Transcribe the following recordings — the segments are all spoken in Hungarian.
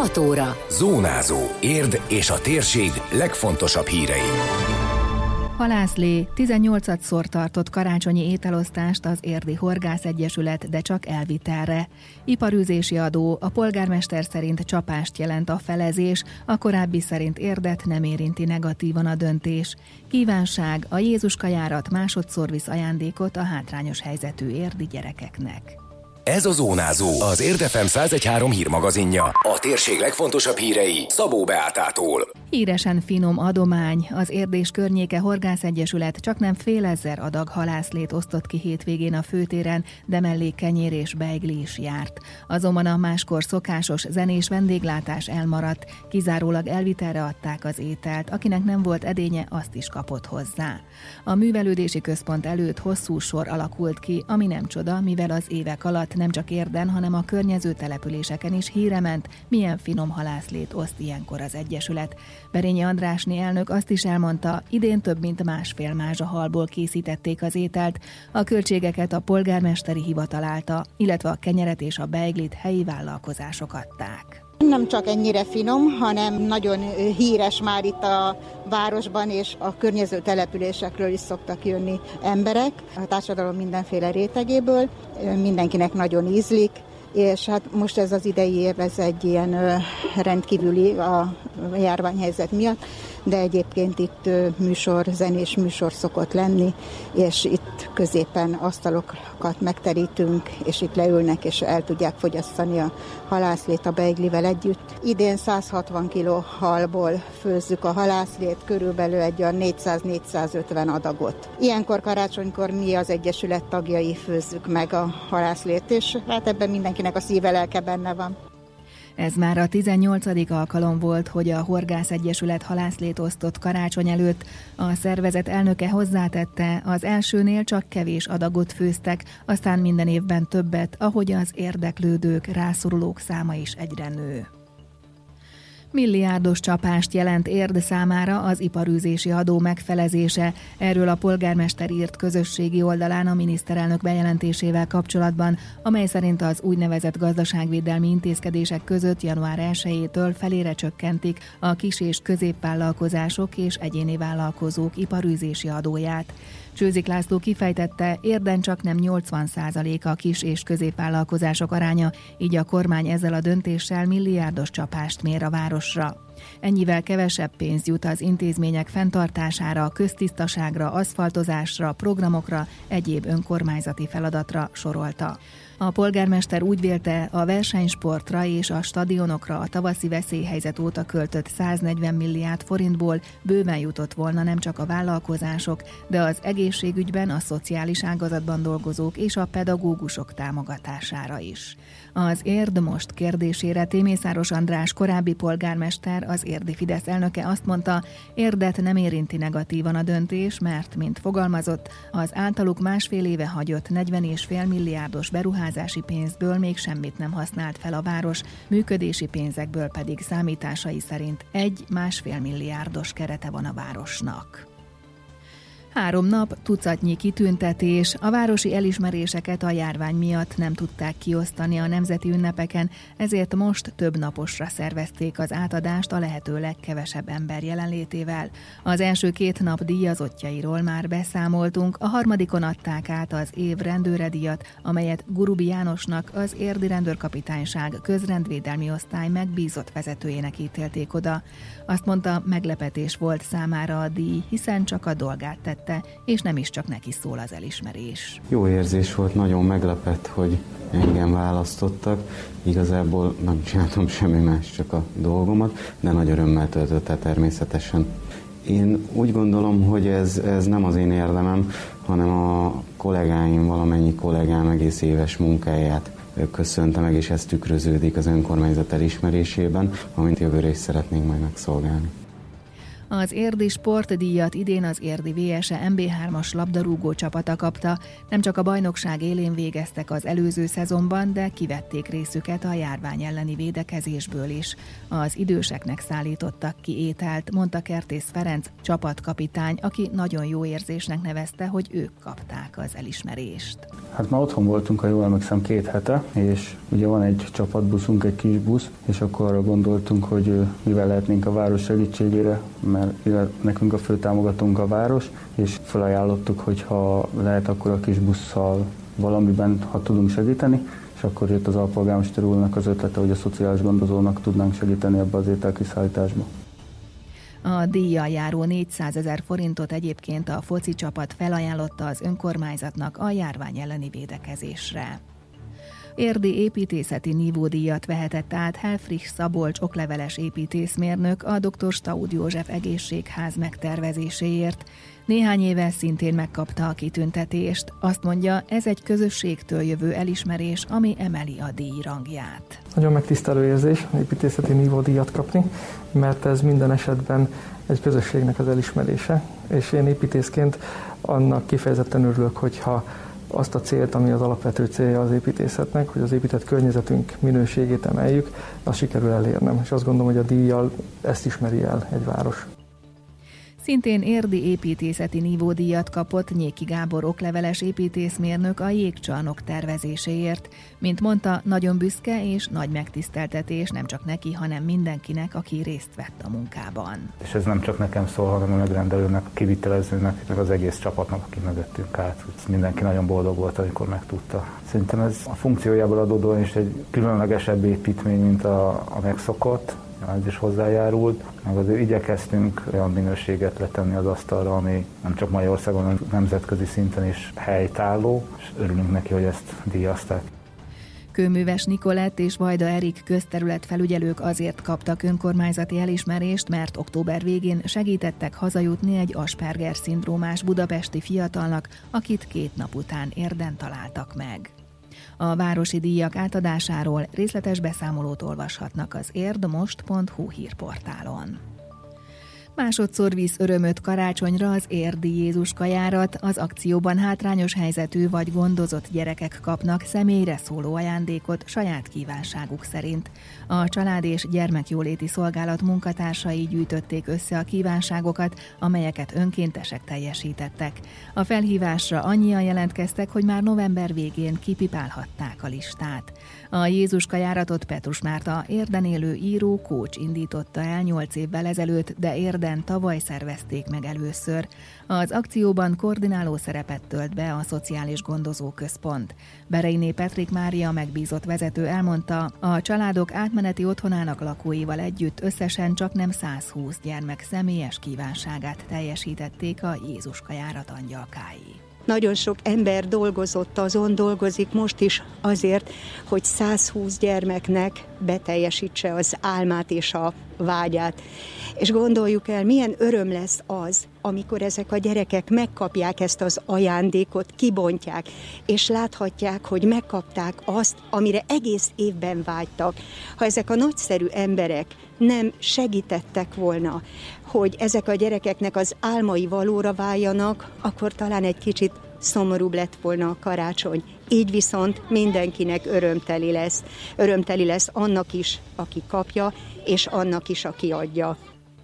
6 óra. Zónázó. Érd és a térség legfontosabb hírei. Halászlé 18-szor tartott karácsonyi ételosztást az Érdi Horgász Egyesület, de csak elvitelre. Iparűzési adó, a polgármester szerint csapást jelent a felezés, a korábbi szerint Érdet nem érinti negatívan a döntés. Kívánság, a Jézuskajárat másodszor visz ajándékot a hátrányos helyzetű érdi gyerekeknek. Ez a Zónázó, az Érd FM 101.3 hírmagazinja. A térség legfontosabb hírei Szabó Beátától. Híresen finom adomány. Az Érd és környéke Horgász Egyesület csaknem fél ezer adag halászlét osztott ki hétvégén a főtéren, de mellé kenyér és beigli is járt. Azonban a máskor szokásos zenés vendéglátás elmaradt, kizárólag elvitelre adták az ételt, akinek nem volt edénye, azt is kapott hozzá. A művelődési központ előtt hosszú sor alakult ki, ami nem csoda, mivel az évek alatt nem csak Érden, hanem a környező településeken is híre ment, milyen finom halászlét oszt ilyenkor az Egyesület. Berényi Andrásné elnök azt is elmondta, idén több mint 1,5 mázsa halból készítették az ételt, a költségeket a polgármesteri hivatal állta, illetve a kenyeret és a beiglit helyi vállalkozások adták. Nem csak ennyire finom, hanem nagyon híres már itt a városban, és a környező településekről is szoktak jönni emberek, a társadalom mindenféle rétegéből, mindenkinek nagyon ízlik, és hát most ez az idei év, ez egy ilyen rendkívüli a járványhelyzet miatt, de egyébként itt zenés műsor szokott lenni, és itt középen asztalokat megterítünk, és itt leülnek, és el tudják fogyasztani a halászlét a beiglivel együtt. Idén 160 kg halból főzzük a halászlét, körülbelül egy olyan 400-450 adagot. Ilyenkor karácsonykor mi az Egyesület tagjai főzzük meg a halászlét, és hát ebben mindenkinek a szíve lelke benne van. Ez már a 18. alkalom volt, hogy a Horgász Egyesület halászlét osztott karácsony előtt. A szervezet elnöke hozzátette, az elsőnél csak kevés adagot főztek, aztán minden évben többet, ahogy az érdeklődők, rászorulók száma is egyre nő. Milliárdos csapást jelent Érd számára az iparűzési adó megfelezése. Erről a polgármester írt közösségi oldalán a miniszterelnök bejelentésével kapcsolatban, amely szerint az úgynevezett gazdaságvédelmi intézkedések között január 1-től felére csökkentik a kis- és középvállalkozások és egyéni vállalkozók iparűzési adóját. Csőzik László kifejtette, Érden csaknem 80% a kis- és középvállalkozások aránya, így a kormány ezzel a döntéssel milliárdos csapást mér a városra. Ennyivel kevesebb pénz jut az intézmények fenntartására, köztisztaságra, aszfaltozásra, programokra, egyéb önkormányzati feladatra, sorolta. A polgármester úgy vélte, a versenysportra és a stadionokra a tavaszi veszélyhelyzet óta költött 140 milliárd forintból bőven jutott volna nem csak a vállalkozások, de az egészségügyben, a szociális ágazatban dolgozók és a pedagógusok támogatására is. Az Érd most kérdésére Témészáros András korábbi polgármester, az érdi Fidesz elnöke azt mondta, Érdet nem érinti negatívan a döntés, mert, mint fogalmazott, az általuk 1,5 éve hagyott 40,5 milliárdos beruházási pénzből még semmit nem használt fel a város, működési pénzekből pedig számításai szerint 1,5 milliárdos kerete van a városnak. 3 nap, tucatnyi kitüntetés, a városi elismeréseket a járvány miatt nem tudták kiosztani a nemzeti ünnepeken, ezért most több naposra szervezték az átadást a lehető legkevesebb ember jelenlétével. Az első 2 nap díjazottjairól már beszámoltunk, a harmadikon adták át az év rendőredíjat, amelyet Gurubi Jánosnak, az érdi rendőrkapitányság közrendvédelmi osztály megbízott vezetőjének ítélték oda. Azt mondta, meglepetés volt számára a díj, hiszen csak a dolgát tette, és nem is csak neki szól az elismerés. Jó érzés volt, nagyon meglepett, hogy engem választottak. Igazából nem csináltam semmi más, csak a dolgomat, de nagy örömmel töltött el természetesen. Én úgy gondolom, hogy ez nem az én érdemem, hanem a kollégáim, valamennyi kollégám egész éves munkáját köszönte meg, és ez tükröződik az önkormányzat elismerésében, amint jövőre is szeretnénk majd megszolgálni. Az érdi sportdíjat idén az érdi VSE MB3-as labdarúgó csapata kapta. Nem csak a bajnokság élén végeztek az előző szezonban, de kivették részüket a járvány elleni védekezésből is. Az időseknek szállítottak ki ételt, mondta Kertész Ferenc, csapatkapitány, aki nagyon jó érzésnek nevezte, hogy ők kapták az elismerést. Hát már otthon voltunk, ha jól emlékszem, 2 hete, és ugye van egy csapatbuszunk, egy kis busz, és akkor arra gondoltunk, hogy mivel lehetnénk a város segítségére, mert nekünk a fő támogatónk a város, és felajánlottuk, hogy ha lehet, akkor a kis busszal valamiben, ha tudunk segíteni, és akkor jött az alpolgármester úrnak az ötlete, hogy a szociális gondozónak tudnánk segíteni ebbe az ételkiszállításba. A díjjal járó 400 000 forintot egyébként a foci csapat felajánlotta az önkormányzatnak a járvány elleni védekezésre. Érdi építészeti nívódíjat vehetett át Helfrich Szabolcs okleveles építészmérnök a dr. Staud József egészségház megtervezéséért. Néhány éve szintén megkapta a kitüntetést. Azt mondja, ez egy közösségtől jövő elismerés, ami emeli a díj rangját. Nagyon megtisztelő érzés építészeti nívódíjat kapni, mert ez minden esetben egy közösségnek az elismerése. És én építészként annak kifejezetten örülök, hogyha azt a célt, ami az alapvető célja az építészetnek, hogy az épített környezetünk minőségét emeljük, azt sikerül elérnem. És azt gondolom, hogy a díjjal ezt ismeri el egy város. Szintén érdi építészeti nívódíjat kapott Nyéki Gábor okleveles építészmérnök a jégcsarnok tervezéséért. Mint mondta, nagyon büszke és nagy megtiszteltetés nem csak neki, hanem mindenkinek, aki részt vett a munkában. És ez nem csak nekem szól, hanem a megrendelőnek, a kivitelezőnek, meg az egész csapatnak, aki mögöttünk állt. Mindenki nagyon boldog volt, amikor megtudta. Szerintem ez a funkciójából adódóan is egy különlegesebb építmény, mint a megszokott. Ez is hozzájárult, meg azért igyekeztünk olyan minőséget letenni az asztalra, ami nem csak Magyarországon, hanem nemzetközi szinten is helytálló, és örülünk neki, hogy ezt díjazták. Kőműves Nikolett és Vajda Erik közterületfelügyelők azért kaptak önkormányzati elismerést, mert október végén segítettek hazajutni egy Asperger-szindrómás budapesti fiatalnak, akit 2 nap után Érden találtak meg. A városi díjak átadásáról részletes beszámolót olvashatnak az érdmost.hu hírportálon. Másodszor visz örömöt karácsonyra az érdi Jézuskajárat. Az akcióban hátrányos helyzetű vagy gondozott gyerekek kapnak személyre szóló ajándékot saját kívánságuk szerint. A Család és Gyermekjóléti Szolgálat munkatársai gyűjtötték össze a kívánságokat, amelyeket önkéntesek teljesítettek. A felhívásra annyian jelentkeztek, hogy már november végén kipipálhatták a listát. A Jézuskajáratot Petrus Márta Érden élő író, coach indította el 8 évvel ezelőtt, de Érden tavaly szervezték meg először. Az akcióban koordináló szerepet tölt be a Szociális Gondozó Központ. Bereiné Petrik Mária megbízott vezető elmondta, a családok átmeneti otthonának lakóival együtt összesen csaknem 120 gyermek személyes kívánságát teljesítették a Jézuskajárat angyalkái. Nagyon sok ember dolgozott azon, dolgozik most is azért, hogy 120 gyermeknek beteljesítse az álmát és a vágyát. És gondoljuk el, milyen öröm lesz az, amikor ezek a gyerekek megkapják ezt az ajándékot, kibontják, és láthatják, hogy megkapták azt, amire egész évben vágytak. Ha ezek a nagyszerű emberek nem segítettek volna, hogy ezek a gyerekeknek az álmai valóra váljanak, akkor talán egy kicsit szomorúbb lett volna a karácsony. Így viszont mindenkinek örömteli lesz annak is, aki kapja, és annak is, aki adja.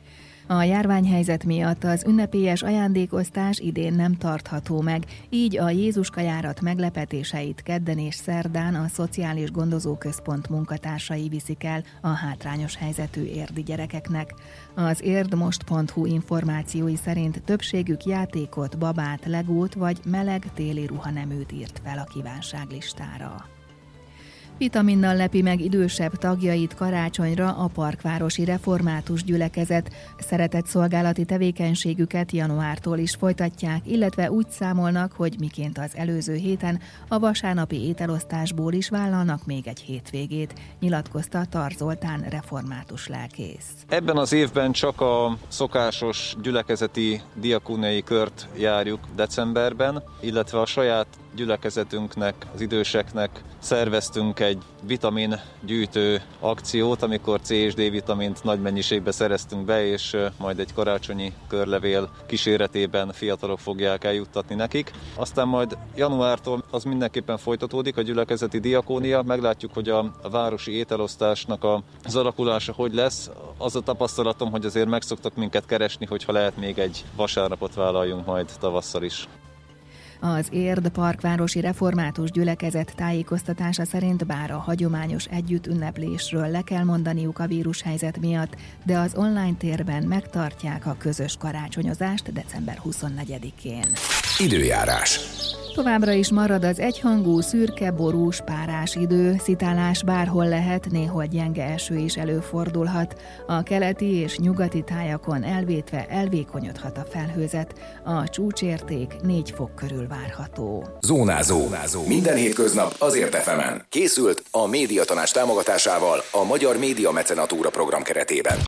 A járványhelyzet miatt az ünnepélyes ajándékosztás idén nem tartható meg, így a Jézuskajárat meglepetéseit kedden és szerdán a Szociális Gondozó Központ munkatársai viszik el a hátrányos helyzetű érdi gyerekeknek. Az érdmost.hu információi szerint többségük játékot, babát, legót vagy meleg téli ruhaneműt írt fel a kívánságlistára. Vitaminnal lepi meg idősebb tagjait karácsonyra a Parkvárosi Református Gyülekezet. Szeretetszolgálati tevékenységüket januártól is folytatják, illetve úgy számolnak, hogy miként az előző héten a vasárnapi ételosztásból is vállalnak még egy hétvégét, nyilatkozta Tar Zoltán református lelkész. Ebben az évben csak a szokásos gyülekezeti diakóniai kört járjuk decemberben, illetve a saját gyülekezetünknek, az időseknek szerveztünk egy vitamingyűjtő akciót, amikor C és D vitamint nagy mennyiségbe szereztünk be, és majd egy karácsonyi körlevél kíséretében fiatalok fogják eljuttatni nekik. Aztán majd januártól az mindenképpen folytatódik a gyülekezeti diakónia, meglátjuk, hogy a városi ételosztásnak az alakulása hogy lesz. Az a tapasztalatom, hogy azért meg szoktak minket keresni, hogyha lehet még egy vasárnapot vállaljunk majd tavasszal is. Az Érd Parkvárosi Református Gyülekezet tájékoztatása szerint bár a hagyományos együttünneplésről le kell mondaniuk a vírushelyzet miatt, de az online térben megtartják a közös karácsonyozást december 24-én. Időjárás. Továbbra is marad az egyhangú, szürke, borús, párás idő, szitálás bárhol lehet, néhol gyenge eső is előfordulhat. A keleti és nyugati tájakon elvétve elvékonyodhat a felhőzet, a csúcsérték 4 fok körül várható. Zónázó. Minden hétköznap azért FM-en. Készült a Médiatanács támogatásával a Magyar Média Mecenatúra program keretében.